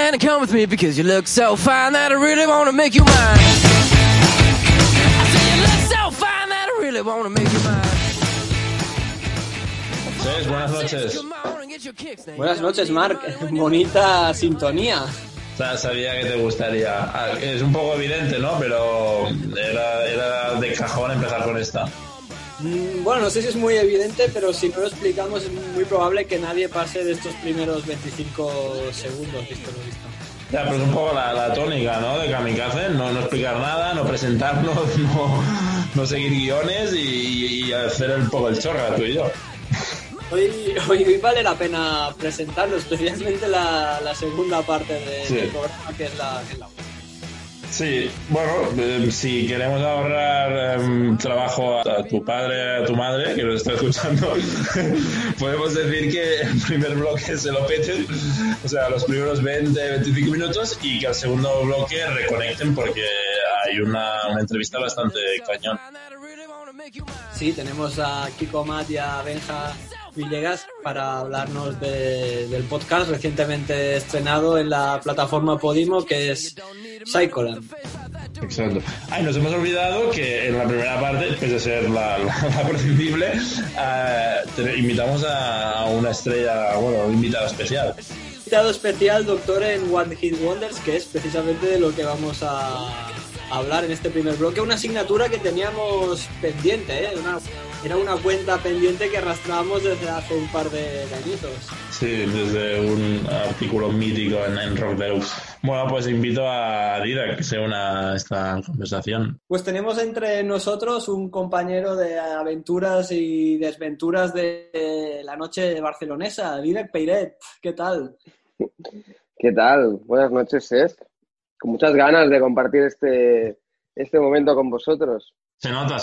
hand and come with me because you look so fine that I really want to make you mine. I say you look so fine that I really want to make you mine. Sí, buenas noches. Buenas noches, Marc. Bonita sintonía. Sabía que te gustaría. Es un poco evidente, ¿no? Pero era de cajón empezar con esta. Bueno, no sé si es muy evidente, pero si no lo explicamos es muy probable que nadie pase de estos primeros 25 segundos, visto lo visto. Ya, pero es un poco la tónica, ¿no? De Kamikaze, no explicar nada, no presentarnos, no seguir guiones y hacer un poco el chorra, tú y yo. Hoy vale la pena presentarlo, especialmente la segunda parte del programa, que es la última. Sí, bueno, si queremos ahorrar trabajo a tu padre, a tu madre, que nos está escuchando, podemos decir que el primer bloque se lo peten, o sea, los primeros 20-25 minutos, y que al segundo bloque reconecten porque hay una entrevista bastante cañón. Sí, tenemos a Kiko Mat y a Benja Villegas para hablarnos del podcast recientemente estrenado en la plataforma Podimo, que es Psycholand. Exacto. Nos hemos olvidado que en la primera parte, pese a ser la prescindible, invitamos a una estrella, bueno, un invitado especial. Invitado especial, doctor en One Hit Wonders, que es precisamente de lo que vamos a hablar en este primer bloque. Una asignatura que teníamos pendiente, ¿eh? Era una cuenta pendiente que arrastrábamos desde hace un par de añitos. Sí, desde un artículo mítico en Rock Deluxe. Bueno, pues invito a Dida que se una a esta conversación. Pues tenemos entre nosotros un compañero de aventuras y desventuras de la noche barcelonesa, Dídac Peiret. ¿Qué tal? ¿Qué tal? Buenas noches, Cesc. Con muchas ganas de compartir este momento con vosotros. Se nota.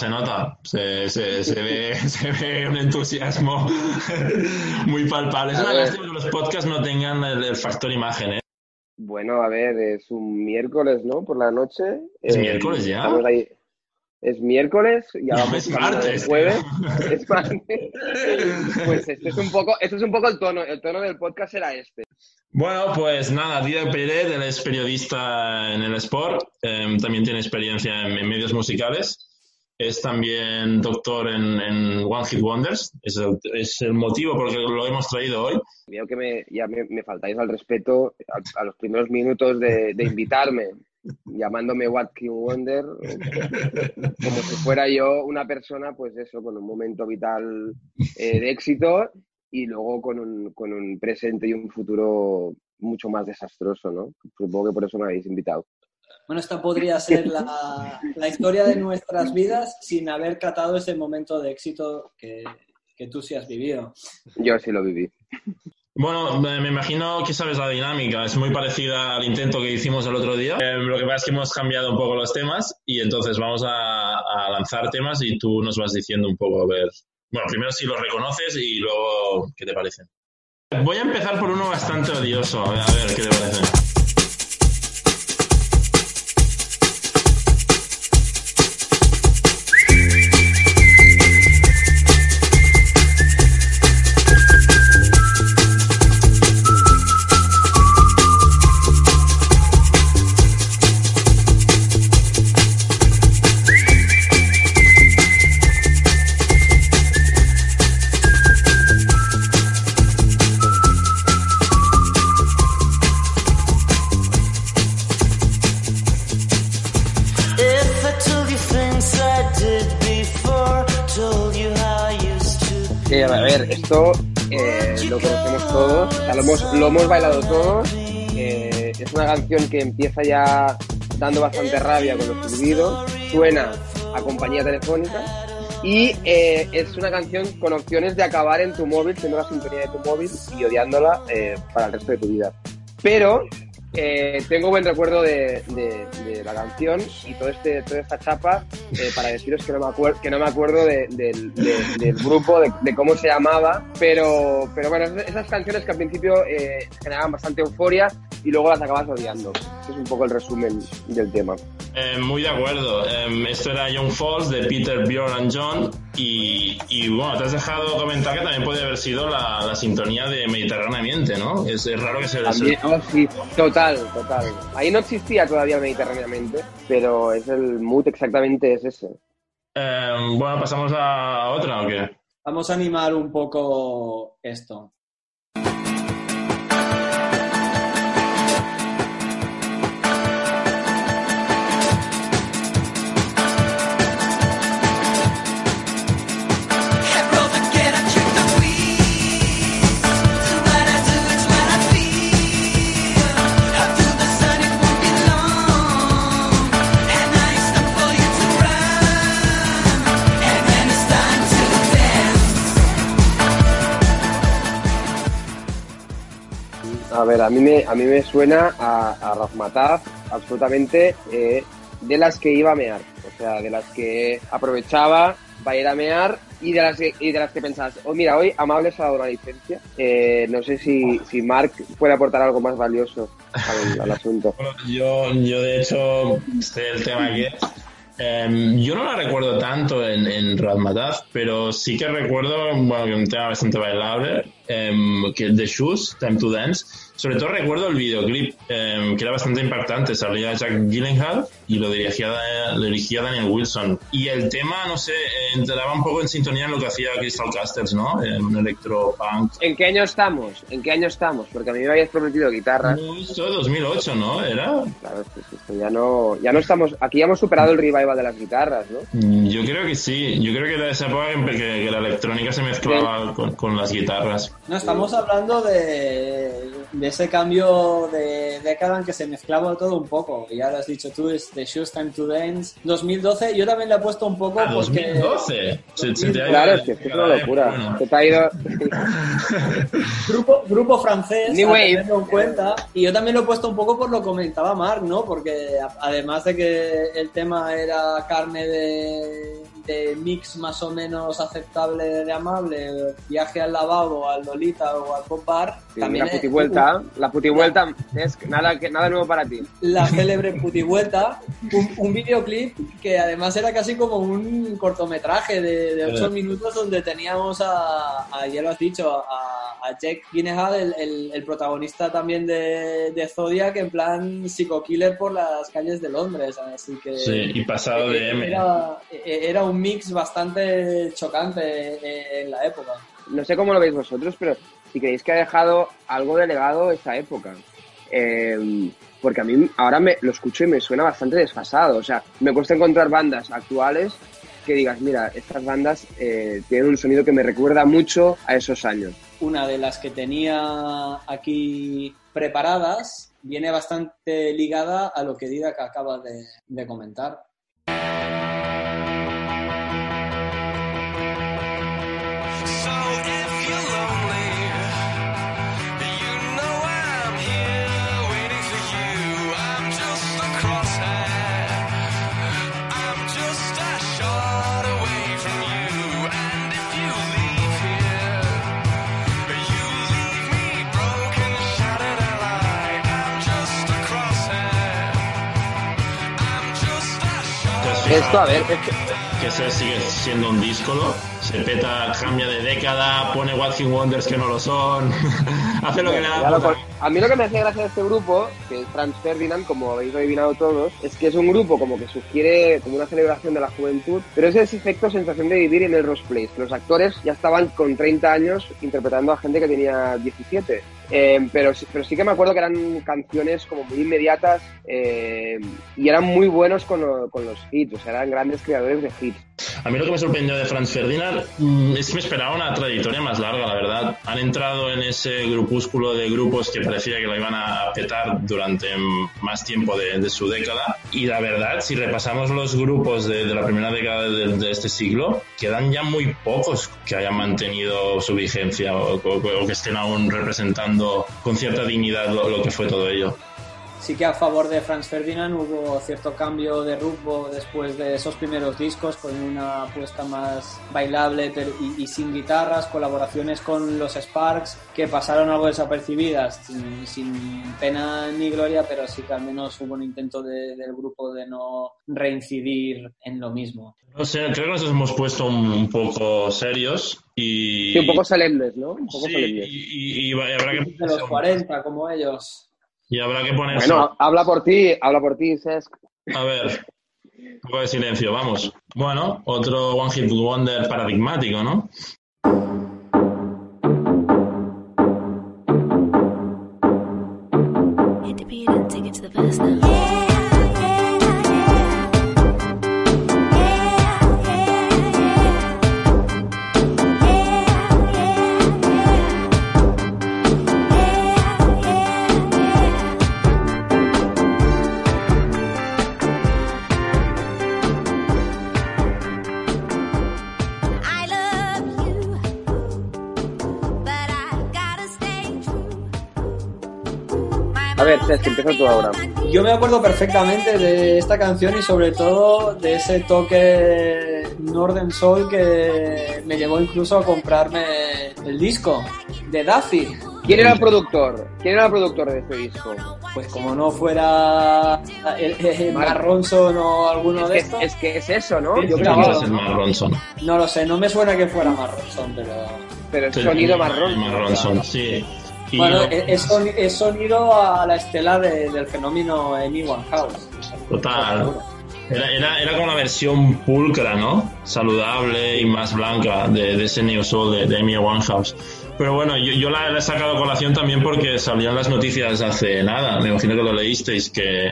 Se ve un entusiasmo muy palpable. Es una lástima que los podcasts no tengan el factor imagen, ¿eh? Bueno, a ver, es un miércoles, ¿no? Por la noche. ¿Es miércoles ya? Estamos ahí. Es miércoles y ahora es martes. Jueves. Es martes. Pues este es un poco el tono. El tono del podcast era este. Bueno, pues nada, Dídac Peiret, él es periodista en el Sport, también tiene experiencia en medios musicales, es también doctor en One Hit Wonders, es el motivo por el que lo hemos traído hoy. Veo que me faltáis al respeto a los primeros minutos de invitarme, llamándome One Hit Wonder, como si fuera yo una persona, pues eso, con un momento vital de éxito, y luego con un presente y un futuro mucho más desastroso, ¿no? Supongo que por eso me habéis invitado. Bueno, esta podría ser la historia de nuestras vidas sin haber catado ese momento de éxito que tú sí has vivido. Yo sí lo viví. Bueno, me imagino que sabes la dinámica, es muy parecida al intento que hicimos el otro día. Lo que pasa es que hemos cambiado un poco los temas y entonces vamos a lanzar temas y tú nos vas diciendo un poco, a ver... Bueno, primero si los reconoces y luego, ¿qué te parece? Voy a empezar por uno bastante odioso. A ver, ¿qué te parece? A ver, esto lo conocemos todos, o sea, lo hemos bailado todos. Es una canción que empieza ya dando bastante rabia con los silbidos, suena a compañía telefónica y es una canción con opciones de acabar en tu móvil, siendo la sintonía de tu móvil y odiándola para el resto de tu vida. Pero tengo buen recuerdo de la canción y toda esta chapa para deciros que no me acuerdo del grupo, de cómo se llamaba, pero bueno, esas canciones que al principio generaban bastante euforia y luego las acabas odiando. Es un poco el resumen del tema. Muy de acuerdo. Esto era Young Falls de Peter, Bjorn and John y bueno, te has dejado comentar que también puede haber sido la sintonía de Mediterráneamente, ¿no? Es raro que se... También, sí, total. Ahí no existía todavía Mediterráneamente, pero es el mood exactamente es ese. Bueno, ¿pasamos a otra o qué? Vamos a animar un poco esto. A ver, a mí me suena a Razmataz absolutamente, de las que iba a mear, o sea, de las que aprovechaba para ir a mear y de las que pensabas, mira, hoy Amables ha dado una licencia. No sé si Marc puede aportar algo más valioso al asunto. Bueno, yo de hecho sé el tema que yo no la recuerdo tanto en Razmataz, pero sí que recuerdo, bueno, que un tema bastante bailable, que The Shoes, Time to Dance. Sobre todo recuerdo el videoclip, que era bastante impactante. Salía Jack Gyllenhaal y lo dirigía Daniel Wilson. Y el tema, no sé, entraba un poco en sintonía en lo que hacía Crystal Castles, ¿no? Un electropunk. ¿En qué año estamos? Porque a mí me habías prometido guitarras. No, esto 2008, ¿no? ¿Era? Claro, esto ya no estamos... Aquí ya hemos superado el revival de las guitarras, ¿no? Yo creo que sí. Yo creo que era esa época que la electrónica se mezclaba con las guitarras. No, estamos hablando de ese cambio de década en que se mezclaba todo un poco. Ya lo has dicho tú, es The Shoes, Time to Dance. 2012, yo también le he puesto un poco porque... ¿2012? Claro, es que es una locura. Bueno. Se te ha ido... grupo francés, New a Wave. tenerlo en cuenta. Y yo también lo he puesto un poco por lo que comentaba Marc, ¿no? Porque además de que el tema era carne de mix más o menos aceptable de Amable, viaje al lavabo, al Lolita o al Pop Bar, Sí, también la putivuelta es nada nuevo para ti. la célebre putivuelta, un videoclip que además era casi como un cortometraje de 8 minutos donde teníamos ya lo has dicho, a Jack Gyllenhaal, el protagonista también de Zodiac, en plan psico-killer por las calles de Londres, así que... Sí, y pasado de M. Era un mix bastante chocante en la época. No sé cómo lo veis vosotros, pero si creéis que ha dejado algo de legado esa época. Porque a mí ahora lo escucho y me suena bastante desfasado. O sea, me cuesta encontrar bandas actuales que digas, mira, estas bandas tienen un sonido que me recuerda mucho a esos años. Una de las que tenía aquí preparadas viene bastante ligada a lo que Didac acaba de comentar. Esto, a ver... Que ese sigue siendo un díscolo, se peta, cambia de década, pone Walking Wonders que no lo son, hace lo que le da. A mí lo que me hace gracia de este grupo, que es Franz Ferdinand, como habéis adivinado todos, es que es un grupo como que sugiere como una celebración de la juventud, pero es ese efecto sensación de vivir en el Ross Place. Los actores ya estaban con 30 años interpretando a gente que tenía 17. Pero sí que me acuerdo que eran canciones como muy inmediatas y eran muy buenos con los hits, o sea, eran grandes creadores de hits. A mí lo que me sorprendió de Franz Ferdinand es que me esperaba una trayectoria más larga, la verdad. Han entrado en ese grupúsculo de grupos que parecía que lo iban a petar durante más tiempo de su década, y la verdad, si repasamos los grupos de la primera década de este siglo, quedan ya muy pocos que hayan mantenido su vigencia o que estén aún representando con cierta dignidad lo que fue todo ello. Sí que a favor de Franz Ferdinand hubo cierto cambio de rumbo después de esos primeros discos, con una apuesta más bailable y sin guitarras, colaboraciones con los Sparks que pasaron algo desapercibidas, sin pena ni gloria, pero sí que al menos hubo un intento del grupo de no reincidir en lo mismo. No sé, creo que nos hemos puesto un poco serios y... Sí, un poco solemnes, ¿no? Un poco sí, solemnes. y habrá que De los 40, como ellos. Y habrá que ponerse... Bueno, habla por ti, Cesc. A ver, un poco de silencio, vamos. Bueno, otro One Hit Wonder paradigmático, ¿no? A ver, Cesc, empieza tú ahora. Yo me acuerdo perfectamente de esta canción y sobre todo de ese toque Northern Soul que me llevó incluso a comprarme el disco de Duffy. ¿Quién era el productor? ¿Quién era el productor de este disco? Pues como no fuera Mark Ronson o alguno de estos. Es que es eso, ¿no? Sí, Yo claro. creo Es Mark Ronson. No lo sé, no me suena que fuera Mark Ronson, pero el sonido Mark Ronson. Mark Ronson, sí. Y bueno, yo- es sonido a la estela del fenómeno Amy Winehouse. Total. Era como la versión pulcra, ¿no? Saludable y más blanca de ese New Soul de Amy Winehouse. Pero bueno, yo la he sacado a colación también porque salían las noticias hace nada. Me imagino que lo leísteis, que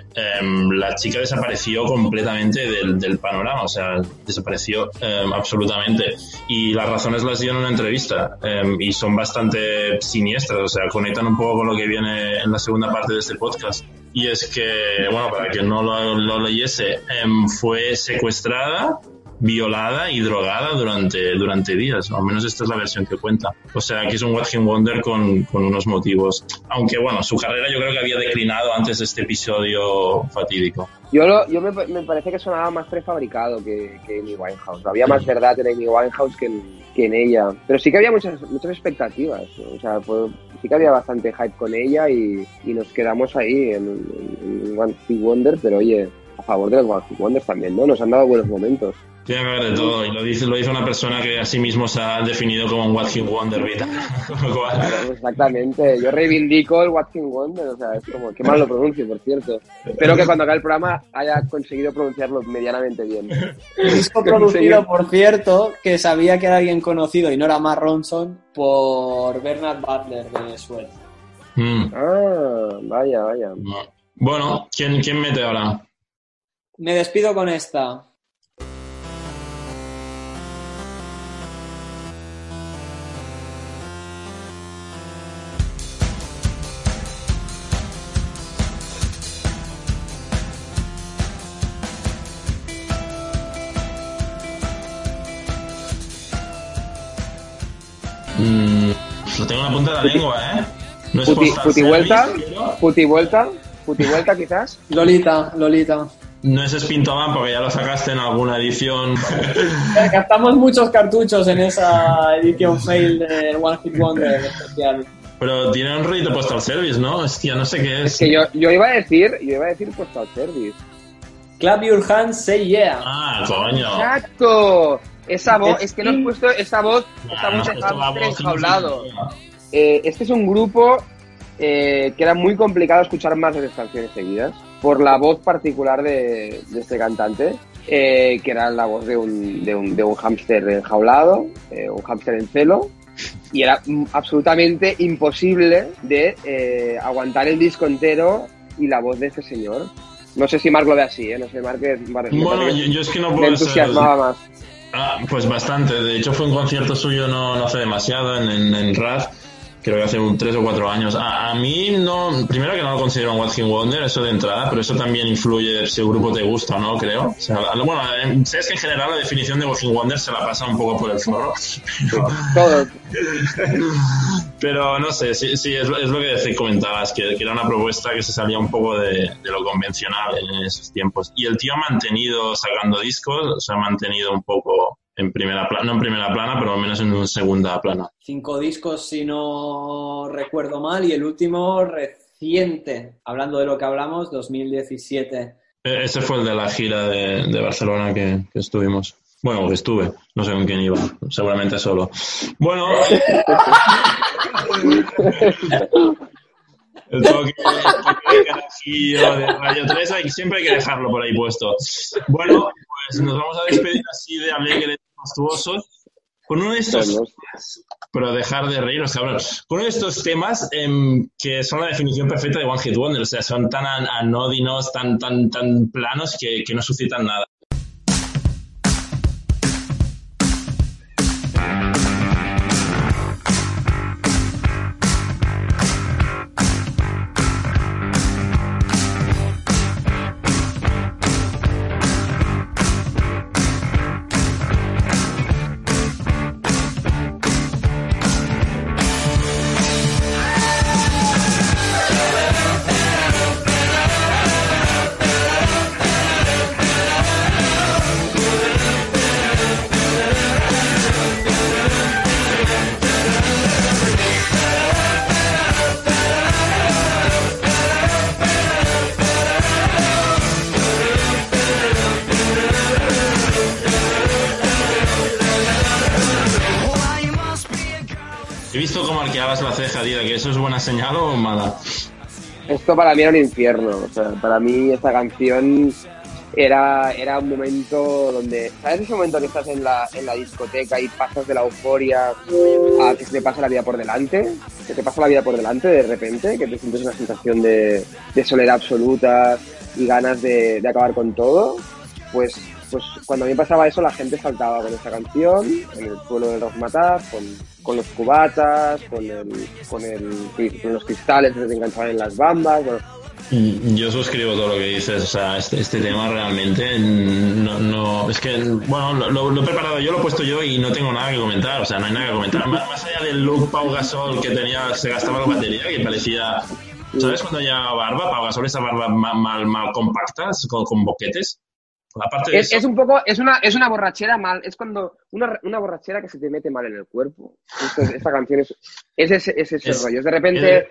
la chica desapareció completamente del panorama. O sea, desapareció absolutamente. Y las razones las dio en una entrevista. Y son bastante siniestras. O sea, conectan un poco con lo que viene en la segunda parte de este podcast. Y es que, bueno, para quien no lo leyese, fue secuestrada, violada y drogada durante días, o al menos esta es la versión que cuenta. O sea, que es un One Hit Wonder con unos motivos. Aunque bueno, su carrera yo creo que había declinado antes de este episodio fatídico. Yo me parece que sonaba más prefabricado que Amy Winehouse. Había más verdad en Amy Winehouse que en ella. Pero sí que había muchas expectativas. O sea, sí que había bastante hype con ella y nos quedamos ahí en One Hit Wonder, pero oye, a favor de los One Hit Wonders también, ¿no? Nos han dado buenos momentos. Tiene que haber de todo, y lo dice una persona que a sí mismo se ha definido como un One Hit Wonder vital. Con lo cual... Claro, exactamente, yo reivindico el Watching Wonder, o sea, es como, qué mal lo pronuncio, por cierto. Espero que cuando acabe el programa haya conseguido pronunciarlo medianamente bien. Disco producido, por cierto, que sabía que era alguien conocido y no era Mark Ronson, por Bernard Butler de Sweat. Ah, vaya. Bueno, ¿quién mete ahora? Me despido con esta. Lo tengo en la punta de la lengua, ¿eh? No es Putivuelta quizás. Lolita. No es Spintoman porque ya lo sacaste en alguna edición. Gastamos muchos cartuchos en esa edición fail del One Hit Wonder especial. Pero tiene un rollito Postal Service, ¿no? Hostia, no sé qué es. Es que yo iba a decir Postal Service. Clap your hands, say yeah. Ah, coño. ¡Exacto! Esa voz, es que no has puesto esa voz de esto va hámster voz enjaulado. infinita. Este es un grupo que era muy complicado escuchar más de 3 canciones seguidas por la voz particular de este cantante, que era la voz de un hámster enjaulado, un hámster en celo, y era absolutamente imposible de aguantar el disco entero y la voz de este señor. No sé si Marc lo ve así, no sé, Marc. Bueno, yo es que no me puedo entusiasmaba más. Pues bastante. De hecho, fue un concierto suyo no hace demasiado en RAF. creo que hace 3 o 4 años. A mí no, primero que no lo considero un One Hit Wonder, eso de entrada, pero eso también influye si el grupo te gusta o no, creo. O sea, bueno, sabes que en general la definición de One Hit Wonder se la pasa un poco por el forro. Pero no sé, sí es lo que comentabas, que era una propuesta que se salía un poco de lo convencional en esos tiempos. Y el tío ha mantenido sacando discos, se ha mantenido un poco en primera plana, no en primera plana, pero al menos en segunda plana. 5 discos, si no recuerdo mal, y el último reciente, hablando de lo que hablamos, 2017. Ese fue el de la gira de Barcelona que estuvimos. Bueno, que estuve, no sé con quién iba, seguramente solo. Bueno, el toque de carajillo de Radio 3, siempre hay que dejarlo por ahí puesto. Bueno, pues nos vamos a despedir así de alegres, fastuosos, con uno de estos temas, pero dejar de reíros, cabrón, con uno de estos temas que son la definición perfecta de One Hit Wonder, o sea, son tan anódinos, tan planos que no suscitan nada. He visto cómo arqueabas la ceja, Dida, que eso es buena señal o mala. Esto para mí era un infierno. O sea, para mí esta canción era un momento donde... ¿Sabes ese momento que estás en la discoteca y pasas de la euforia a que se te pasa la vida por delante? Que te pasa la vida por delante de repente, que te sientes una sensación de soledad absoluta y ganas de acabar con todo. Pues cuando a mí pasaba eso, la gente saltaba con esta canción en el suelo del Razzmatazz, con los cubatas, con los cristales que se te enganchaban en las bambas. Bueno. Yo suscribo todo lo que dices, o sea, este tema realmente no es que, bueno, lo he preparado yo, lo he puesto yo y no tengo nada que comentar, o sea, no hay nada que comentar. Más allá del look Pau Gasol que se gastaba la batería, que parecía, ¿sabes? Cuando llevaba barba, Pau Gasol, esa barba mal compacta, con boquetes. Aparte de eso, es un poco, es una borrachera mal, es cuando una borrachera que se te mete mal en el cuerpo. Esta canción es ese rollo, es de repente...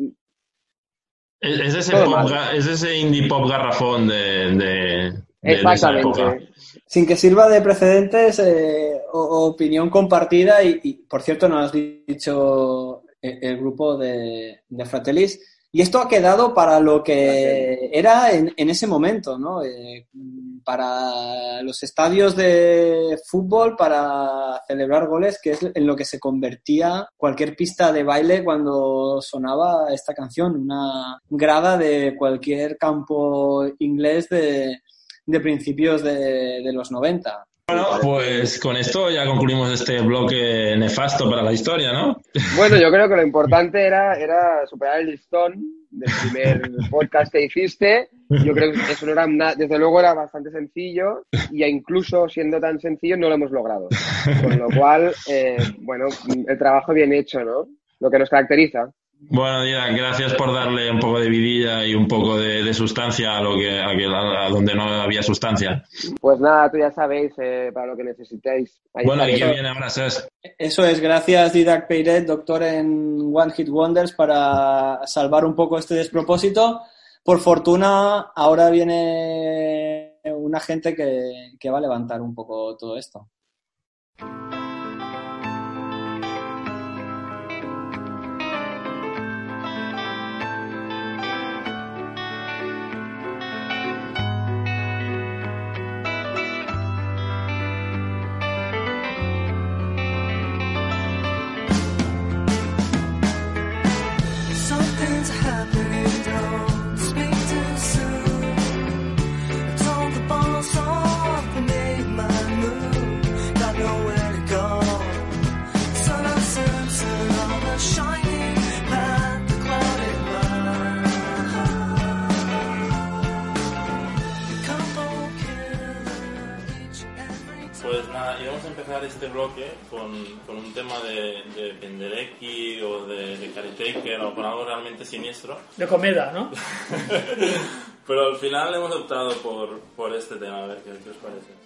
Es ese indie pop garrafón de esa época. Sin que sirva de precedentes, opinión compartida y, por cierto, nos has dicho el grupo de Fratellis. Y esto ha quedado para lo que era en ese momento, ¿no? Para los estadios de fútbol, para celebrar goles, que es en lo que se convertía cualquier pista de baile cuando sonaba esta canción, una grada de cualquier campo inglés de principios de los 90. Bueno, pues con esto ya concluimos este bloque nefasto para la historia, ¿no? Bueno, yo creo que lo importante era superar el listón del primer podcast que hiciste. Yo creo que eso no era desde luego era bastante sencillo y incluso siendo tan sencillo no lo hemos logrado. Con lo cual, bueno, el trabajo bien hecho, ¿no? Lo que nos caracteriza. Bueno, Dida, gracias por darle un poco de vidilla y un poco de sustancia a donde no había sustancia. Pues nada, tú ya sabéis, para lo que necesitéis. Bueno, ¿y qué viene ahora, Sés? Eso es, gracias Didac Peiret, doctor en One Hit Wonders, para salvar un poco este despropósito. Por fortuna, ahora viene una gente que va a levantar un poco todo esto. Told the boss off and made my move. Got nowhere to a empezar este bloque con un tema de Penderecki o de Cary Taker o con algo realmente siniestro. De comedia, ¿no? Pero al final hemos optado por este tema, a ver qué os parece.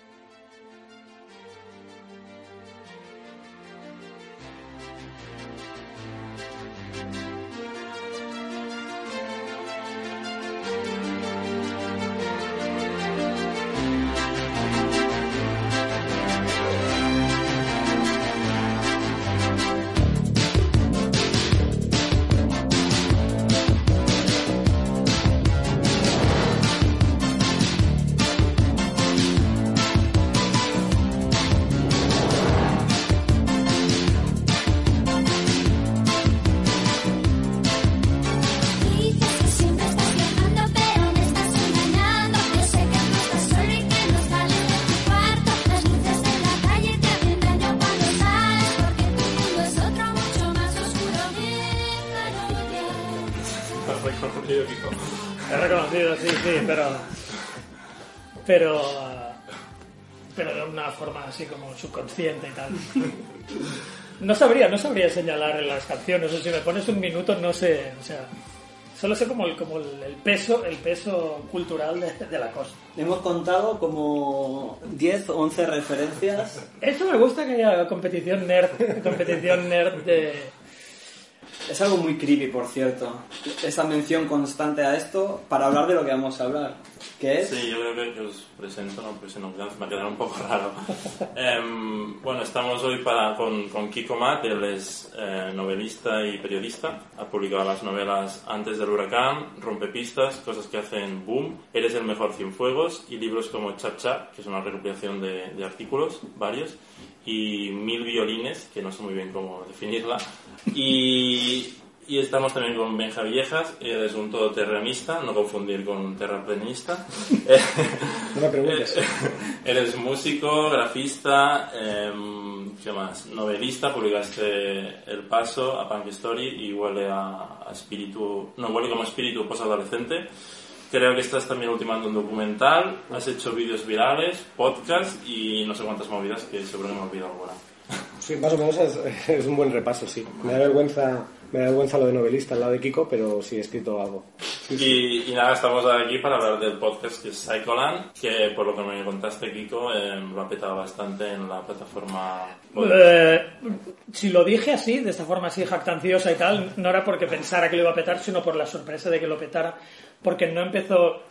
He reconocido, sí, pero de una forma así como subconsciente y tal. No sabría señalar en las canciones, o sea, si me pones un minuto no sé, o sea, solo sé como el peso cultural de la cosa. Hemos contado como 10 o 11 referencias. Eso me gusta, que haya competición nerd de... Es algo muy creepy, por cierto, esa mención constante a esto para hablar de lo que vamos a hablar, que es... Sí, yo creo que os presento, me va a quedar un poco raro. Bueno, estamos hoy con Kiko Matt, él es novelista y periodista, ha publicado las novelas Antes del huracán, Rompepistas, Cosas que hacen boom, Eres el mejor Cienfuegos y libros como Chap Chap, que es una recopilación de artículos, varios, y 1000 violines, que no sé muy bien cómo definirla, y estamos también con Benja Villejas, él es un todoterrenista, no confundir con terraplenista. No me preguntes. Él es músico, grafista, ¿qué más? Novelista, publicaste El Paso, A Punk Story y huele a espíritu, no, huele como espíritu posadolescente. Creo que estás también ultimando un documental, has hecho vídeos virales, podcast y no sé cuántas movidas, que seguro que me he olvidado alguna. Sí, más o menos es un buen repaso, sí. Me da vergüenza lo de novelista al lado de Kiko, pero sí he escrito algo. Sí. Y nada, estamos aquí para hablar del podcast que es Psycholand, que por lo que me contaste, Kiko, lo ha petado bastante en la plataforma. Si lo dije así, de esta forma así jactanciosa y tal, no era porque pensara que lo iba a petar, sino por la sorpresa de que lo petara, porque no empezó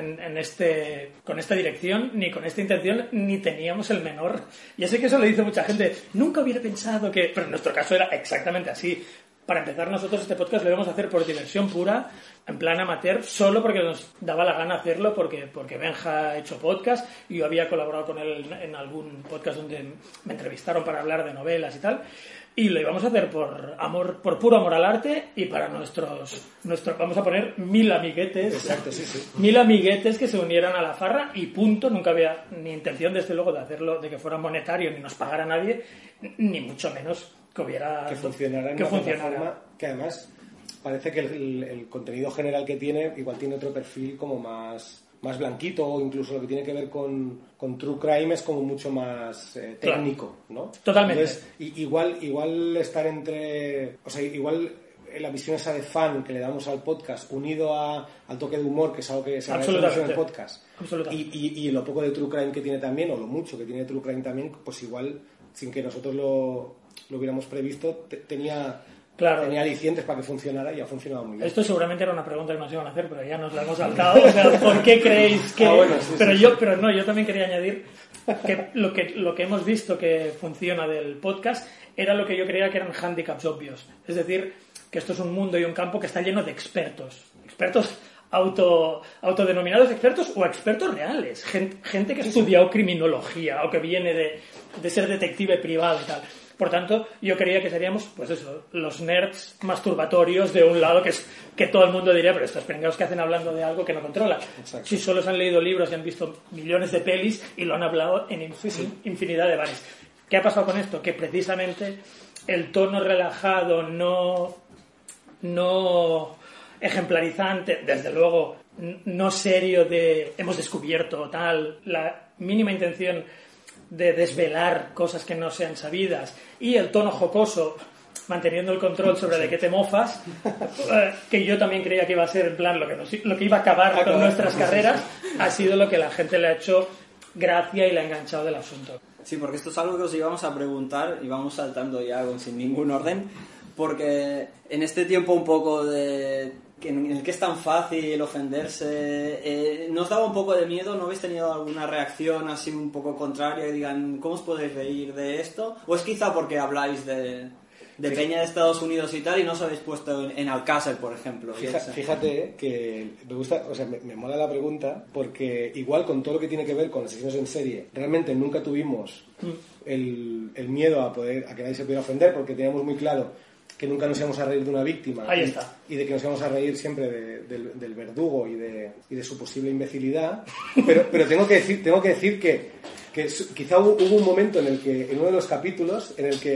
con esta dirección, ni con esta intención, ni teníamos el menor. Ya sé que eso lo dice mucha gente, nunca hubiera pensado que... Pero en nuestro caso era exactamente así. Para empezar, nosotros este podcast lo íbamos a hacer por diversión pura, en plan amateur, solo porque nos daba la gana hacerlo, porque Benja ha hecho podcast y yo había colaborado con él en algún podcast donde me entrevistaron para hablar de novelas y tal. Y lo íbamos a hacer por puro amor al arte y para nuestros vamos a poner 1000 amiguetes. Exacto, sí. 1000 amiguetes que se unieran a la farra y punto. Nunca había ni intención, desde luego, de hacerlo, de que fuera monetario ni nos pagara nadie, ni mucho menos que hubiera... Que funcionara en una plataforma que además parece que el contenido general que tiene igual tiene otro perfil como más blanquito, o incluso lo que tiene que ver con True Crime es como mucho más técnico, ¿no? Totalmente. Entonces, igual estar entre... O sea, igual la visión esa de fan que le damos al podcast unido al toque de humor, que es algo que se agradece en el podcast, y lo poco de True Crime que tiene también, o lo mucho que tiene True Crime también, pues igual, sin que nosotros lo hubiéramos previsto, tenía alicientes para que funcionara y ha funcionado muy bien. Esto seguramente era una pregunta que nos iban a hacer, pero ya nos la hemos saltado. O sea, ¿por qué creéis que...? Yo también quería añadir que lo que hemos visto que funciona del podcast era lo que yo creía que eran handicaps obvios. Es decir, que esto es un mundo y un campo que está lleno de expertos autodenominados expertos o expertos reales, gente que ha estudiado criminología o que viene de ser detective privado y tal. Por tanto, yo creía que seríamos, pues eso, los nerds masturbatorios de un lado, que todo el mundo diría, pero estos pringados que hacen hablando de algo que no controlan. Exacto. Si solo se han leído libros y han visto millones de pelis y lo han hablado en infinidad de bares. ¿Qué ha pasado con esto? Que precisamente el tono relajado, no ejemplarizante, desde luego no serio de hemos descubierto tal, la mínima intención de desvelar cosas que no sean sabidas, y el tono jocoso, manteniendo el control sobre de qué te mofas, que yo también creía que iba a ser en plan lo que iba a acabar con nuestras carreras, ha sido lo que la gente le ha hecho gracia y le ha enganchado del asunto. Sí, porque esto es algo que os íbamos a preguntar y vamos saltando ya sin ningún orden, porque en este tiempo un poco en el que es tan fácil ofenderse, ¿nos daba un poco de miedo? ¿No habéis tenido alguna reacción así un poco contraria y digan, ¿cómo os podéis reír de esto? ¿O es quizá porque habláis de peña de Estados Unidos y tal y no os habéis puesto en Alcácer, por ejemplo? Fíjate que me gusta, o sea, me mola la pregunta, porque igual con todo lo que tiene que ver con asesinos en serie, realmente nunca tuvimos el miedo a que nadie se pudiera ofender, porque teníamos muy claro que nunca nos íbamos a reír de una víctima. Ahí está. Y de que nos íbamos a reír siempre del verdugo y de su posible imbecilidad. Pero tengo que decir que quizá hubo un momento en uno de los capítulos en el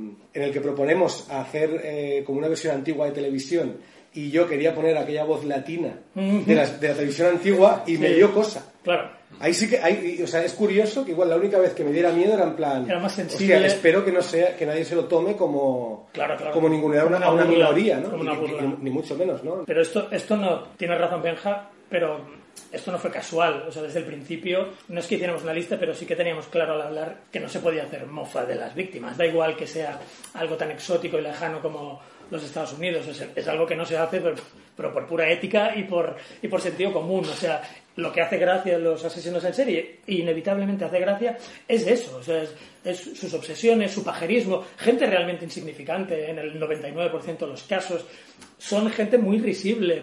que proponemos hacer como una versión antigua de televisión, y yo quería poner aquella voz latina de la televisión antigua y me dio cosa. Claro. Ahí sí que o sea, es curioso que igual la única vez que me diera miedo era en plan, era más sensible. Hostia, espero que no sea, que nadie se lo tome como como ningunear a una minoría, ¿no? Ni mucho menos, ¿no? Pero esto no tiene razón Benja, pero esto no fue casual, o sea, desde el principio no es que hiciéramos una lista, pero sí que teníamos claro al hablar que no se podía hacer mofa de las víctimas, da igual que sea algo tan exótico y lejano como los Estados Unidos, es algo que no se hace pero por pura ética y por sentido común, o sea, lo que hace gracia a los asesinos en serie, inevitablemente hace gracia, es eso, o sea, es sus obsesiones, su pajerismo, gente realmente insignificante, en el 99% de los casos, son gente muy risible,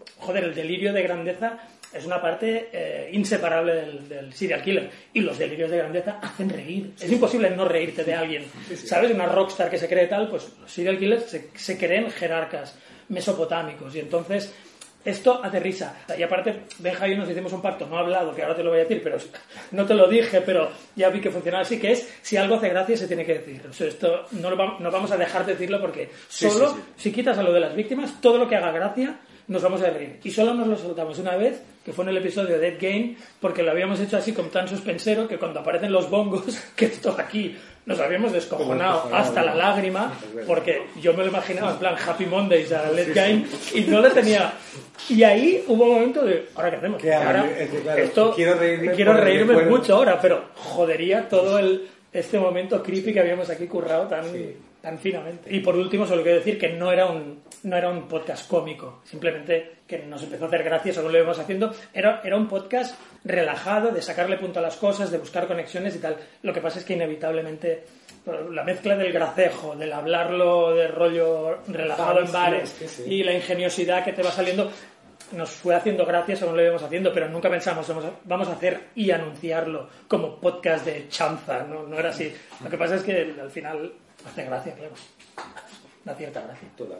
el delirio de grandeza es una parte inseparable del serial killer, y los delirios de grandeza hacen reír, es imposible no reírte de alguien, ¿sabes? Una rockstar que se cree tal, pues los serial killers se creen jerarcas mesopotámicos, y entonces esto hace risa. Y aparte, Benja y yo nos hicimos un pacto no hablado, que ahora te lo voy a decir, pero no te lo dije, pero ya vi que funcionaba así, que es, si algo hace gracia se tiene que decir. O sea, esto no vamos a dejar de decirlo, porque si quitas a lo de las víctimas, todo lo que haga gracia nos vamos a reír. Y solo nos lo soltamos una vez, que fue en el episodio de Dead Game, porque lo habíamos hecho así como tan suspensero que cuando aparecen los bongos, que esto aquí nos habíamos descojonado hasta la lágrima, porque yo me lo imaginaba en plan Happy Mondays a Dead Game y no le tenía. Y ahí hubo un momento de, ¿ahora qué hacemos? Ahora, esto, quiero reírme mucho ahora, pero jodería todo este momento creepy que habíamos aquí currado tan finamente. Y por último, solo quiero decir que no era un podcast cómico, simplemente que nos empezó a hacer gracia según lo íbamos haciendo. Era un podcast relajado, de sacarle punto a las cosas, de buscar conexiones y tal. Lo que pasa es que inevitablemente la mezcla del gracejo, del hablarlo de rollo relajado en bares y la ingeniosidad que te va saliendo nos fue haciendo gracia según lo íbamos haciendo, pero nunca pensamos vamos a hacer y anunciarlo como podcast de chanza, no era así. Lo que pasa es que al final hace gracia, claro, da cierta gracia. Total.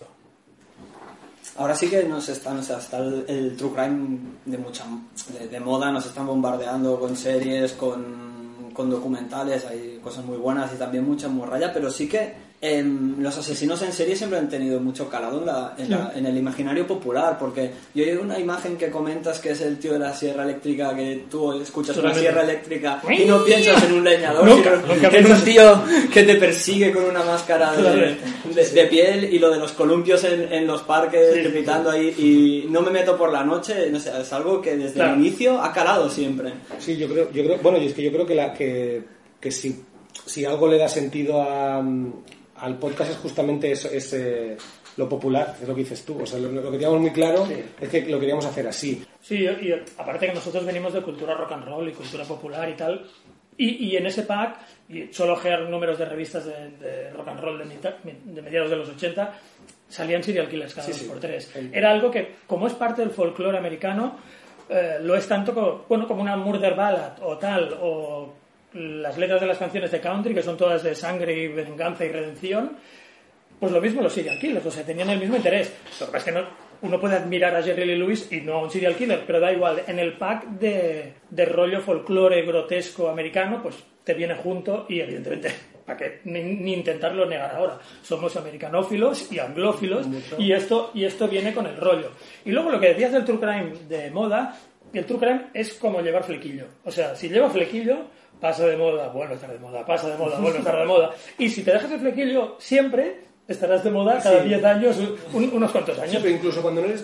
Ahora sí que está el true crime de moda, nos están bombardeando con series, con documentales, hay cosas muy buenas y también mucha morralla, pero sí que los asesinos en serie siempre han tenido mucho calado en el imaginario popular, porque yo hay una imagen que comentas que es el tío de la sierra eléctrica, que tú escuchas una sierra eléctrica y no piensas en un leñador, sino que es un tío que te persigue con una máscara de piel, y lo de los columpios en los parques, gritando ahí, y no me meto por la noche, no sé, es algo que desde el inicio ha calado siempre. Sí, yo creo, bueno, y es que yo creo que si algo le da sentido al podcast es justamente eso, lo popular, es lo que dices tú, o sea, lo que teníamos muy claro es que lo queríamos hacer así. Sí, y aparte que nosotros venimos de cultura rock and roll y cultura popular y tal, y en ese pack, y solo ojear números de revistas de rock and roll de mediados de los 80, salían serial killers cada 2 por 3. Era algo que, como es parte del folclore americano, lo es tanto como una murder ballad o tal, o las letras de las canciones de country, que son todas de sangre y venganza y redención, pues lo mismo los serial killers, o sea, tenían el mismo interés. Lo que pasa es que uno puede admirar a Jerry Lee Lewis y no a un serial killer, pero da igual, en el pack de rollo folclore grotesco americano, pues te viene junto, y evidentemente, para que ni intentarlo negar ahora, somos americanófilos y anglófilos, y esto viene con el rollo. Y luego lo que decías del true crime de moda, el true crime es como llevar flequillo, o sea, si lleva flequillo, pasa de moda, vuelve a estar de moda, pasa de moda, vuelve a estar de moda. Y si te dejas el flequillo siempre, estarás de moda cada 10 años, unos cuantos años. Sí, pero incluso cuando no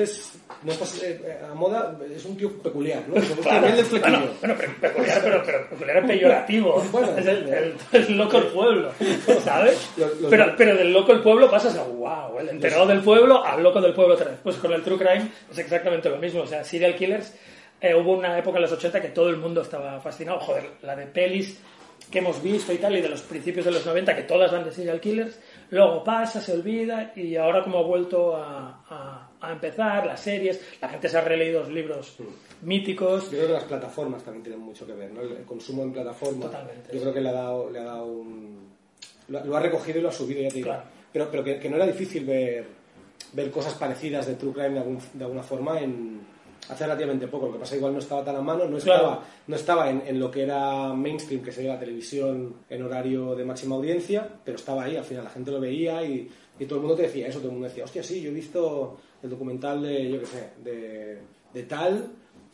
estás a moda, es un tío peculiar, ¿no? Claro. El flequillo. Bueno, pero peculiar es peyorativo. Bueno, es loco el pueblo, ¿sabes? Pero del loco el pueblo pasas a wow, el enterado del pueblo al loco del pueblo otra vez. Pues con el True Crime es exactamente lo mismo. O sea, serial killers, hubo una época en los 80 que todo el mundo estaba fascinado. Joder, la de pelis que hemos visto y tal, y de los principios de los 90, que todas van de serial killers, luego pasa, se olvida, y ahora como ha vuelto a empezar, las series, la gente se ha releído los libros míticos. Yo creo que las plataformas también tienen mucho que ver, ¿no? El consumo en plataformas. Totalmente. Yo creo que le ha dado un... Lo ha recogido y lo ha subido, ya te digo. Claro. Pero que no era difícil ver cosas parecidas de True Crime de alguna forma hace relativamente poco. Lo que pasa igual no estaba tan a mano, no estaba en lo que era mainstream, que sería la televisión en horario de máxima audiencia, pero estaba ahí, al final la gente lo veía y todo el mundo te decía eso, todo el mundo decía, hostia, sí, yo he visto el documental de, yo qué sé, de tal,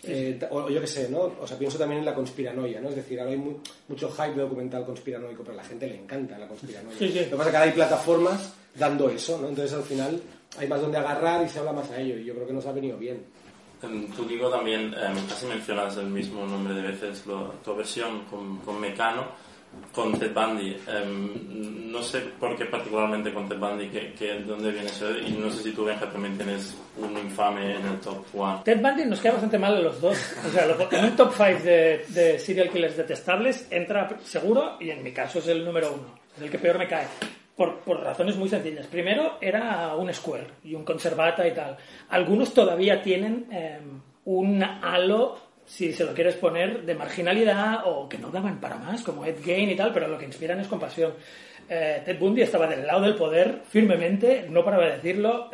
o yo qué sé, ¿no? O sea, pienso también en la conspiranoia, ¿no? Es decir, ahora hay mucho hype de documental conspiranoico, pero a la gente le encanta la conspiranoia. Sí. Lo que pasa es que ahora hay plataformas dando eso, ¿no? Entonces al final hay más donde agarrar y se habla más a ello, y yo creo que nos ha venido bien. Tú, Diego, también casi mencionas el mismo nombre de veces, tu versión con Mecano, con Ted Bundy. No sé por qué particularmente con Ted Bundy, ¿dónde viene eso? Y no sé si tú, Benja, también tienes un infame en el top 1. Ted Bundy nos queda bastante mal a los dos. O sea, en un top 5 de serial killers detestables entra seguro, y en mi caso es el número 1. Es el que peor me cae. Por razones muy sencillas. Primero, era un square y un conservata y tal. Algunos todavía tienen un halo, si se lo quieres poner, de marginalidad o que no daban para más, como Ed Gein y tal, pero lo que inspiran es compasión. Ted Bundy estaba del lado del poder firmemente, no paraba de decirlo,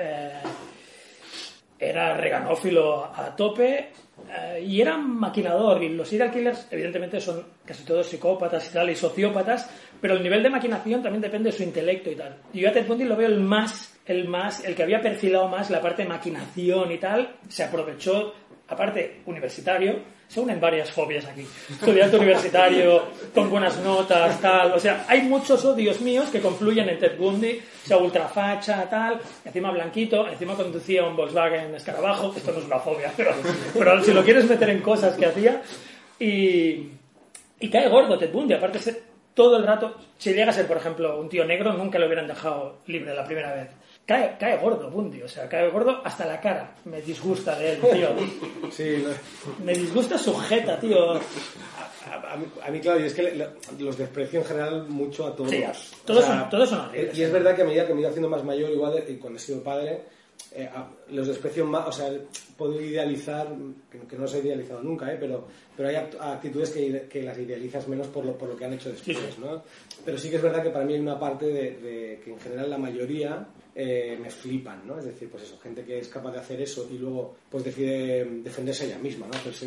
era reganófilo a tope, y era maquinador. Y los serial killers evidentemente son casi todos psicópatas y tal, y sociópatas, pero el nivel de maquinación también depende de su intelecto y tal. Y yo a Ted Bundy lo veo el que había perfilado más la parte de maquinación y tal. Se aprovechó, aparte universitario, se unen varias fobias aquí, estudiante universitario con buenas notas, tal, o sea, hay muchos odios míos que confluyen en Ted Bundy. O sea, ultrafacha, tal, encima blanquito, encima conducía un Volkswagen Escarabajo. Esto no es una fobia, pero si lo quieres meter en cosas que hacía. Y cae gordo Ted Bundy, aparte todo el rato, si llega a ser, por ejemplo, un tío negro, nunca lo hubieran dejado libre la primera vez. Cae gordo Bundy, o sea, cae gordo hasta la cara. Me disgusta de él, tío. Sí, me disgusta su jeta, tío. A mí, claro, y es que los desprecio en general mucho a todos. Sí, todos son horribles. Y es verdad que a medida que me he ido haciendo más mayor, igual, y cuando he sido padre, los desprecio más. O sea, puedo idealizar, que no los he idealizado nunca, pero hay actitudes que las idealizas menos por lo que han hecho después, sí. ¿No? Pero sí que es verdad que para mí hay una parte de que en general la mayoría me flipan, ¿no? Es decir, pues eso, gente que es capaz de hacer eso y luego pues decide defenderse ella misma, ¿no? Hacerse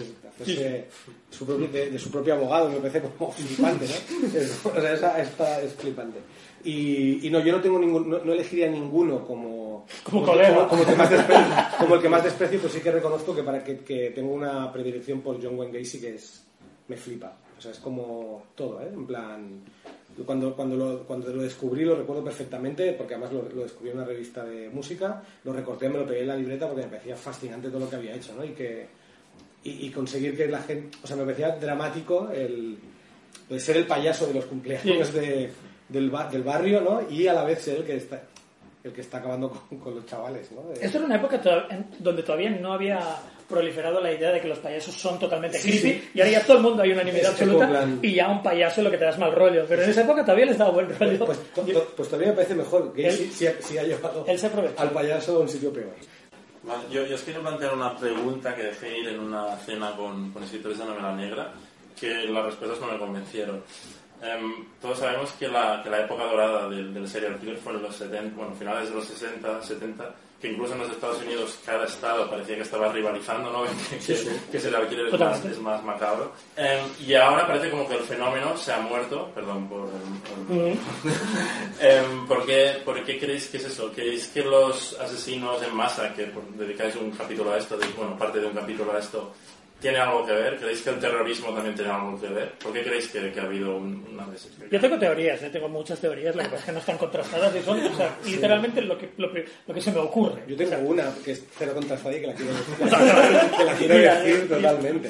de su propio abogado, me parece como flipante, ¿no? O sea, esta es flipante. Y no, yo no tengo no elegiría ninguno como colega, como el que más desprecio, pues sí que reconozco que tengo una predilección por John Wayne Gacy me flipa. O sea, es como todo, ¿eh? En plan, cuando lo descubrí lo recuerdo perfectamente, porque además lo descubrí en una revista de música, lo recorté, me lo pegué en la libreta porque me parecía fascinante todo lo que había hecho, ¿no? Y conseguir que la gente, o sea, me parecía dramático el ser el payaso de los cumpleaños del barrio, ¿no? Y a la vez ser el que está acabando con los chavales, ¿no? Esto era una época donde todavía no había proliferado la idea de que los payasos son totalmente creepy, y ahora ya todo el mundo hay unanimidad absoluta, y ya un payaso es lo que te das mal rollo, pero en esa época todavía les daba buen rollo. Pues todavía me parece mejor que si ha llevado al payaso a un sitio peor. Vale, yo os quiero plantear una pregunta que dejé ir en una cena con escritores de novela negra, que las respuestas no me convencieron. Todos sabemos que la época dorada del serial killer fue en los 70, bueno, finales de los 60, 70, que incluso en los Estados Unidos cada estado parecía que estaba rivalizando, ¿no? Que serial killer es más macabro. Y ahora parece como que el fenómeno se ha muerto, perdón por ¿por qué creéis que es eso? ¿Creéis que los asesinos en masa, que dedicáis un capítulo a esto, parte de un capítulo a esto, ¿Tiene algo que ver? ¿Creéis que el terrorismo también tiene algo que ver? ¿Por qué creéis que ha habido una desesperación? Yo tengo teorías, tengo muchas teorías, lo que pasa es que no están contrastadas y son, o sea, literalmente lo que se me ocurre. Yo tengo una que es cero contrastada y que la quiero decir, que la quiero decir totalmente.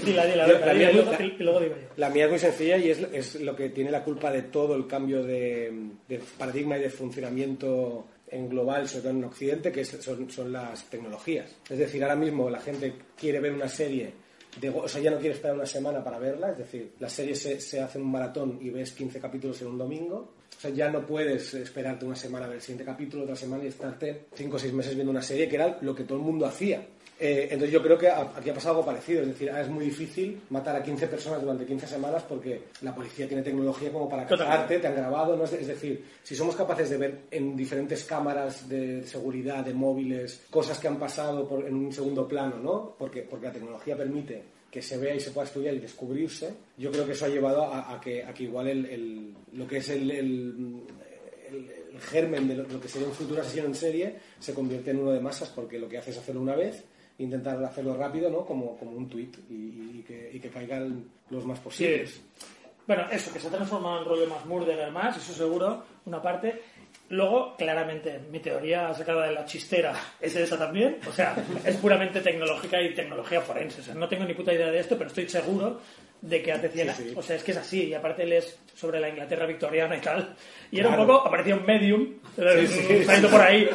Y luego digo yo. La mía es muy sencilla y es lo que tiene la culpa de todo el cambio de paradigma y de funcionamiento en global, sobre todo en Occidente, que son las tecnologías. Es decir, ahora mismo la gente quiere ver una serie, o sea, ya no quiere esperar una semana para verla, es decir, las series se hacen un maratón y ves 15 capítulos en un domingo. O sea, ya no puedes esperarte una semana a ver el siguiente capítulo, otra semana y estarte 5 o 6 meses viendo una serie, que era lo que todo el mundo hacía. Entonces yo creo que aquí ha pasado algo parecido, es decir, es muy difícil matar a 15 personas durante 15 semanas porque la policía tiene tecnología como para cazarte, te han grabado, ¿no? Es decir, si somos capaces de ver en diferentes cámaras de seguridad, de móviles, cosas que han pasado en un segundo plano, ¿no? Porque la tecnología permite que se vea y se pueda estudiar y descubrirse, yo creo que eso ha llevado a que igual lo que es el germen de lo que sería un futuro asesino en serie se convierte en uno de masas, porque lo que hace es hacerlo una vez, intentar hacerlo rápido, ¿no? Como un tuit y que caigan los más posibles. Sí. Bueno, eso, que se ha transformado en rollo más murder más, eso seguro, una parte. Luego, claramente, mi teoría sacada de la chistera es esa también. O sea, es puramente tecnológica y tecnología forense. O sea, no tengo ni puta idea de esto, pero estoy seguro de que hace 100 años. O sea, es que es así. Y aparte lees sobre la Inglaterra victoriana y tal. Y era un poco, aparecía un medium, saliendo por ahí.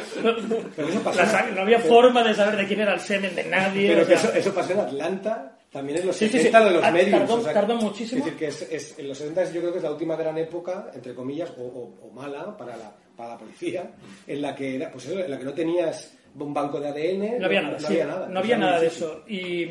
No había forma de saber de quién era el semen de nadie. Pero que eso pasó en Atlanta. También en los 70 de los medios. Tardó muchísimo. Es decir, que en los 70 yo creo que es la última gran época, entre comillas, o mala para la policía, en la que era, pues eso, en la que no tenías un banco de ADN, no había nada de eso.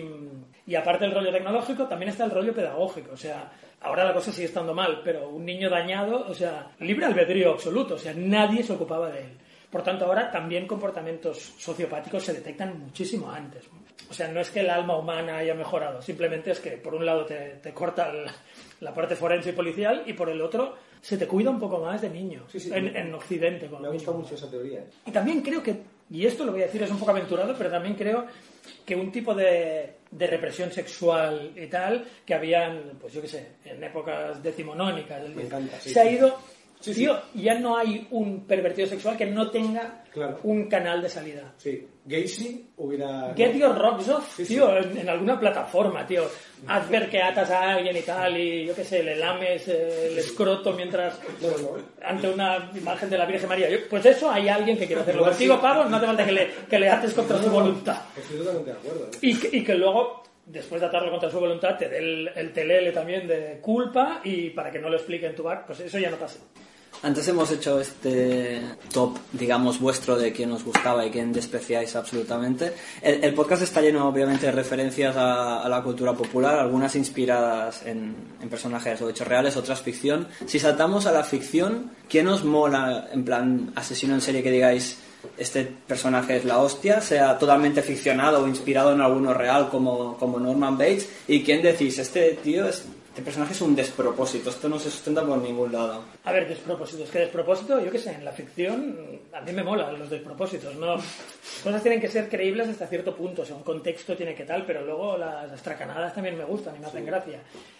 Y aparte del rollo tecnológico, también está el rollo pedagógico. O sea, ahora la cosa sigue estando mal, pero un niño dañado, o sea, libre albedrío absoluto. O sea, nadie se ocupaba de él. Por tanto, ahora también comportamientos sociopáticos se detectan muchísimo antes. O sea, no es que el alma humana haya mejorado, simplemente es que por un lado te corta la parte forense y policial y por el otro se te cuida un poco más de niño, en Occidente. Me gusta mucho esa teoría. Y también creo que, y esto lo voy a decir, es un poco aventurado, pero también creo que un tipo de represión sexual y tal, que habían, pues yo qué sé, en épocas decimonónicas, se ha ido... Tío, ya no hay un pervertido sexual que no tenga un canal de salida. Sí, Gacy hubiera... Get your rocks off, tío, en alguna plataforma, tío. Haz ver que atas a alguien y tal, y yo qué sé, le lames el escroto mientras... ante una imagen de la Virgen María. Pues eso, hay alguien que quiere hacerlo contigo, pavo, no hace falta que le ates contra su voluntad. Estoy totalmente de acuerdo. Y que luego... después de atarlo contra su voluntad, te dé el telele también de culpa y para que no lo explique en tu bar, pues eso ya no pasa. Antes hemos hecho este top, digamos, vuestro de quién os gustaba y quién despreciáis absolutamente. El podcast está lleno, obviamente, de referencias a la cultura popular, algunas inspiradas en personajes o hechos reales, otras ficción. Si saltamos a la ficción, ¿quién os mola, en plan, asesino en serie que digáis este personaje es la hostia, sea totalmente ficcionado o inspirado en alguno real como Norman Bates? ¿Y quién decís, este personaje es un despropósito, esto no se sustenta por ningún lado? A ver, despropósito, es que despropósito, yo qué sé, en la ficción a mí me molan los despropósitos, ¿no? Cosas tienen que ser creíbles hasta cierto punto, o sea, un contexto tiene que tal, pero luego las tracanadas también me gustan y me hacen gracia.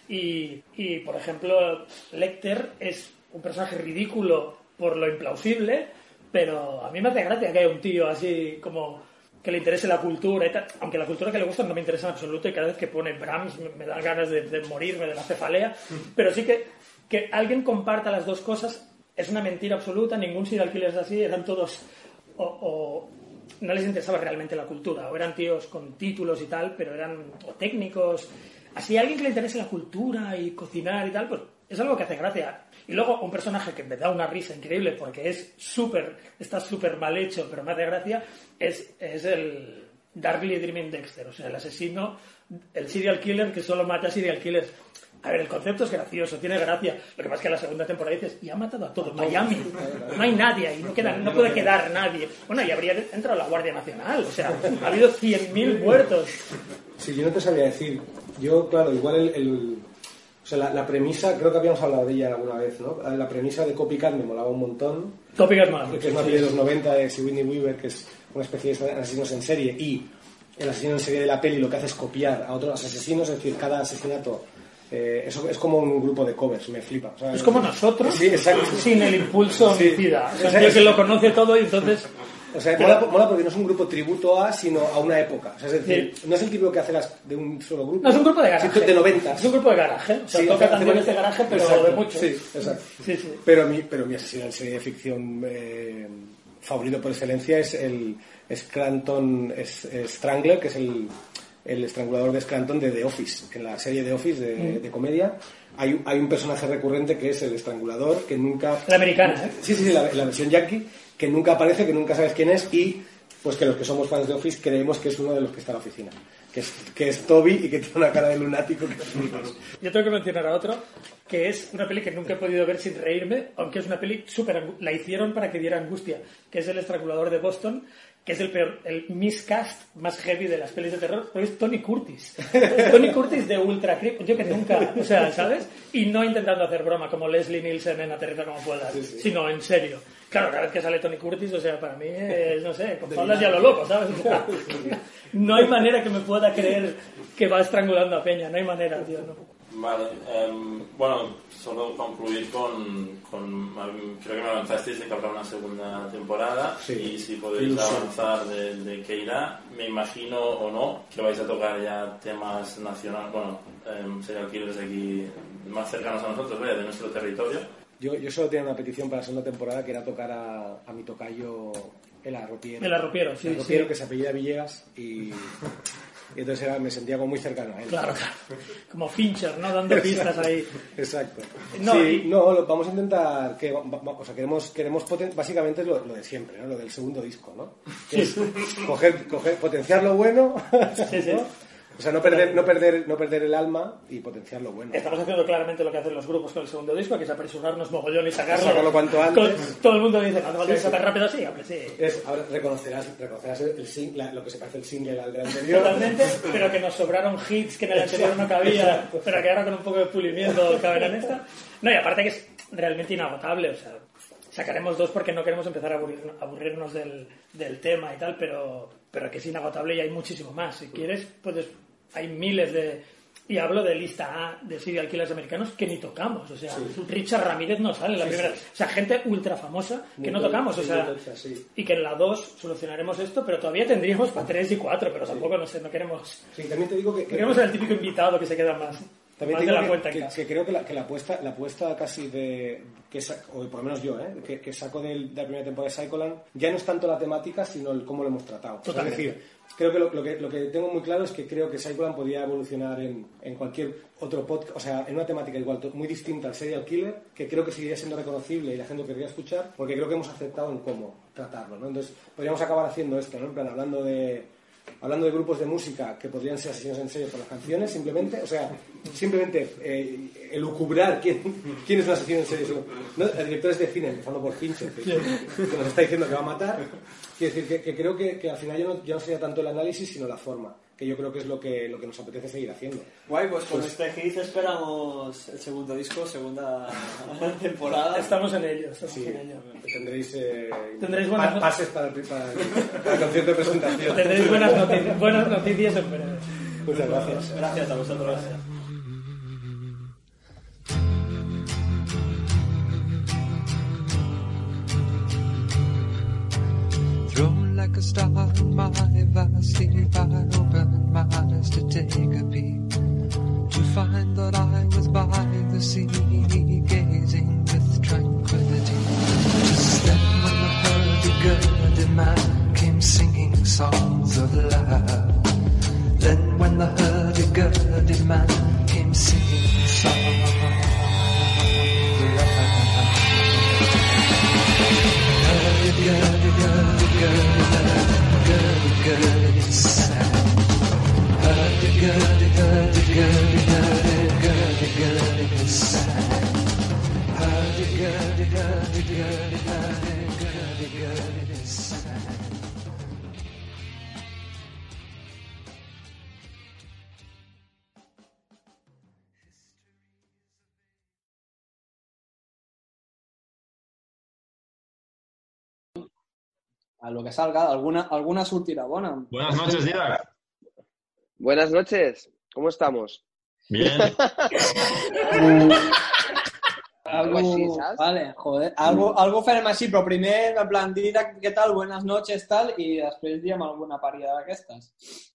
Y por ejemplo, Lecter es un personaje ridículo por lo implausible, pero a mí me hace gracia que haya un tío así como... que le interese la cultura y tal, aunque la cultura que le gusta no me interesa en absoluto y cada vez que pone Brahms me dan ganas de morirme de la cefalea, pero sí que alguien comparta las dos cosas es una mentira absoluta. Ningún serial killer es así, eran todos o no les interesaba realmente la cultura, o eran tíos con títulos y tal, pero eran o técnicos, así. Alguien que le interese la cultura y cocinar y tal, pues es algo que hace gracia. Y luego un personaje que me da una risa increíble porque está súper mal hecho, pero me hace gracia, es el Darkly Dreaming Dexter, o sea, el asesino, el serial killer que solo mata a serial killers. A ver, el concepto es gracioso, tiene gracia. Lo que pasa es que en la segunda temporada dices, y ha matado a todos, Miami, no hay nadie ahí, no puede quedar nadie. Bueno, y habría entrado la Guardia Nacional, o sea, ha habido 100.000 muertos. Sí, yo no te sabría decir. Yo, claro, igual o sea, la premisa, creo que habíamos hablado de ella alguna vez, ¿no? La premisa de Copycat me molaba un montón. Copycat mola. Que es una peli de los 90 de Whitney Weaver, que es una especie de asesinos en serie, y el asesino en serie de la peli lo que hace es copiar a otros asesinos, es decir, cada asesinato eso es como un grupo de covers, me flipa. O sea, es como nosotros, sí, sin el impulso homicida. O sea, que lo conoce todo y entonces... O sea, mola porque no es un grupo tributo a, sino a una época. O sea, es decir, no es el típico que hace las de un solo grupo. No, es un grupo de garaje. De 90. Es un grupo de garaje. O sea, toca canciones de garaje, pero exacto, de mucho. Sí, exacto. Sí, sí. Pero mi asesino en serie de ficción favorito por excelencia es el Scranton Strangler, que es el estrangulador de Scranton de The Office. En la serie The Office de comedia hay un personaje recurrente que es el estrangulador, que nunca... La americana, ¿eh? Sí, la versión yankee, que nunca aparece, que nunca sabes quién es, y pues que los que somos fans de Office creemos que es uno de los que está en la oficina, que es Toby y que tiene una cara de lunático que flipas. Yo tengo que mencionar a otro, que es una peli que nunca he podido ver sin reírme, aunque es una peli la hicieron para que diera angustia, que es El estrangulador de Boston, que es el miscast más heavy de las pelis de terror, pero es Tony Curtis. Tony Curtis de Ultra Creep, yo que nunca, o sea, ¿sabes? Y no intentando hacer broma, como Leslie Nielsen en Aterriza como puedas, sino en serio. Claro, cada vez que sale Tony Curtis, o sea, para mí es, no sé, con faldas y a lo loco, ¿sabes? O sea, no hay manera que me pueda creer que va estrangulando a Peña, no hay manera, tío, no. Vale, bueno, solo concluir con creo que me avanzasteis de que habrá una segunda temporada y si podéis avanzar de qué irá, me imagino o no que vais a tocar ya temas nacionales, bueno, serial killers de aquí más cercanos a nosotros, vaya, de nuestro territorio. Yo solo tenía una petición para la segunda temporada, que era tocar a mi tocayo el arropiero. El arropiero, sí. El arropiero, que se apellida Villegas y entonces me sentía como muy cercano a él. Claro. Como Fincher, ¿no? Dando pistas ahí. Exacto. No, vamos a intentar o sea, queremos básicamente es lo de siempre, ¿no? Lo del segundo disco, ¿no? Que es coger, potenciar lo bueno, ¿no? O sea, no perder el alma y potenciar lo bueno. Estamos haciendo claramente lo que hacen los grupos con el segundo disco, que es apresurarnos mogollón y sacarlo cuanto antes. Todo el mundo dice, ¿no te vas a tan rápido? Sí, hombre, sí. Ahora reconocerás lo que se parece el single al del anterior. Totalmente, pero que nos sobraron hits que en el anterior no cabía, pero que ahora con un poco de pulimiento caben en esta. No, y aparte que es realmente inagotable, o sea, sacaremos 2 porque no queremos empezar a aburrirnos del tema y tal, pero que es inagotable y hay muchísimo más. Si quieres, puedes... Hay miles y hablo de lista A de serial killers americanos que ni tocamos, o sea, Richard Ramírez no sale en la primera, o sea, gente ultra famosa que no tocamos, o sea, y que en la 2 solucionaremos esto, pero todavía tendríamos para 3 y 4, pero tampoco no sé, también te digo que queremos ser el típico invitado que se queda más de la cuenta en casa. Que creo que la apuesta casi o por lo menos yo, que saco de la primera temporada de Psycholand, ya no es tanto la temática, sino el cómo lo hemos tratado. Es decir, creo que lo que tengo muy claro es que creo que Psycholand podría evolucionar en cualquier otro podcast, o sea, en una temática igual muy distinta al serial killer, que creo que seguiría siendo reconocible y la gente lo querría escuchar, porque creo que hemos aceptado en cómo tratarlo, ¿no? Entonces, podríamos acabar haciendo esto, ¿no? En plan, hablando de grupos de música que podrían ser asesinos en serie por las canciones, simplemente, o sea, elucubrar quién es un asesino en serie, ¿no? Directores de cine, empezando por Fincher, que nos está diciendo que va a matar. Quiero decir que creo que al final ya no sería tanto el análisis, sino la forma, que yo creo que es lo que nos apetece seguir haciendo. Guay, pues con este hit esperamos el segundo disco, segunda temporada. Estamos en ello. Tendréis pases para el concierto de presentación. Tendréis buenas noticias en breve. Muchas gracias. Gracias a vosotros. Thrown like a star in my vast sleep, I opened my eyes to take a peek, to find that I was by the sea, gazing with tranquility. Just then when the hurdy-gurdy man came singing songs of love, then when the hurdy-gurdy man came singing songs of love, hurdy-gurdy-gurdy, hurdy-gurdy, it's sad. Hurdy-gurdy, hurdy-gurdy, hurdy-gurdy, it's sad. Hurdy-gurdy, hurdy-gurdy, hurdy-gurdy, it's sad. A lo que salga, alguna surtirà bona. Buenas noches, Didac. Buenas noches, ¿cómo estamos? Bien. Algo així, saps? Vale, joder. Algo farem així, però primer, en plan, dir què tal, buenas noches, tal, i després diem alguna pariada d'aquestes.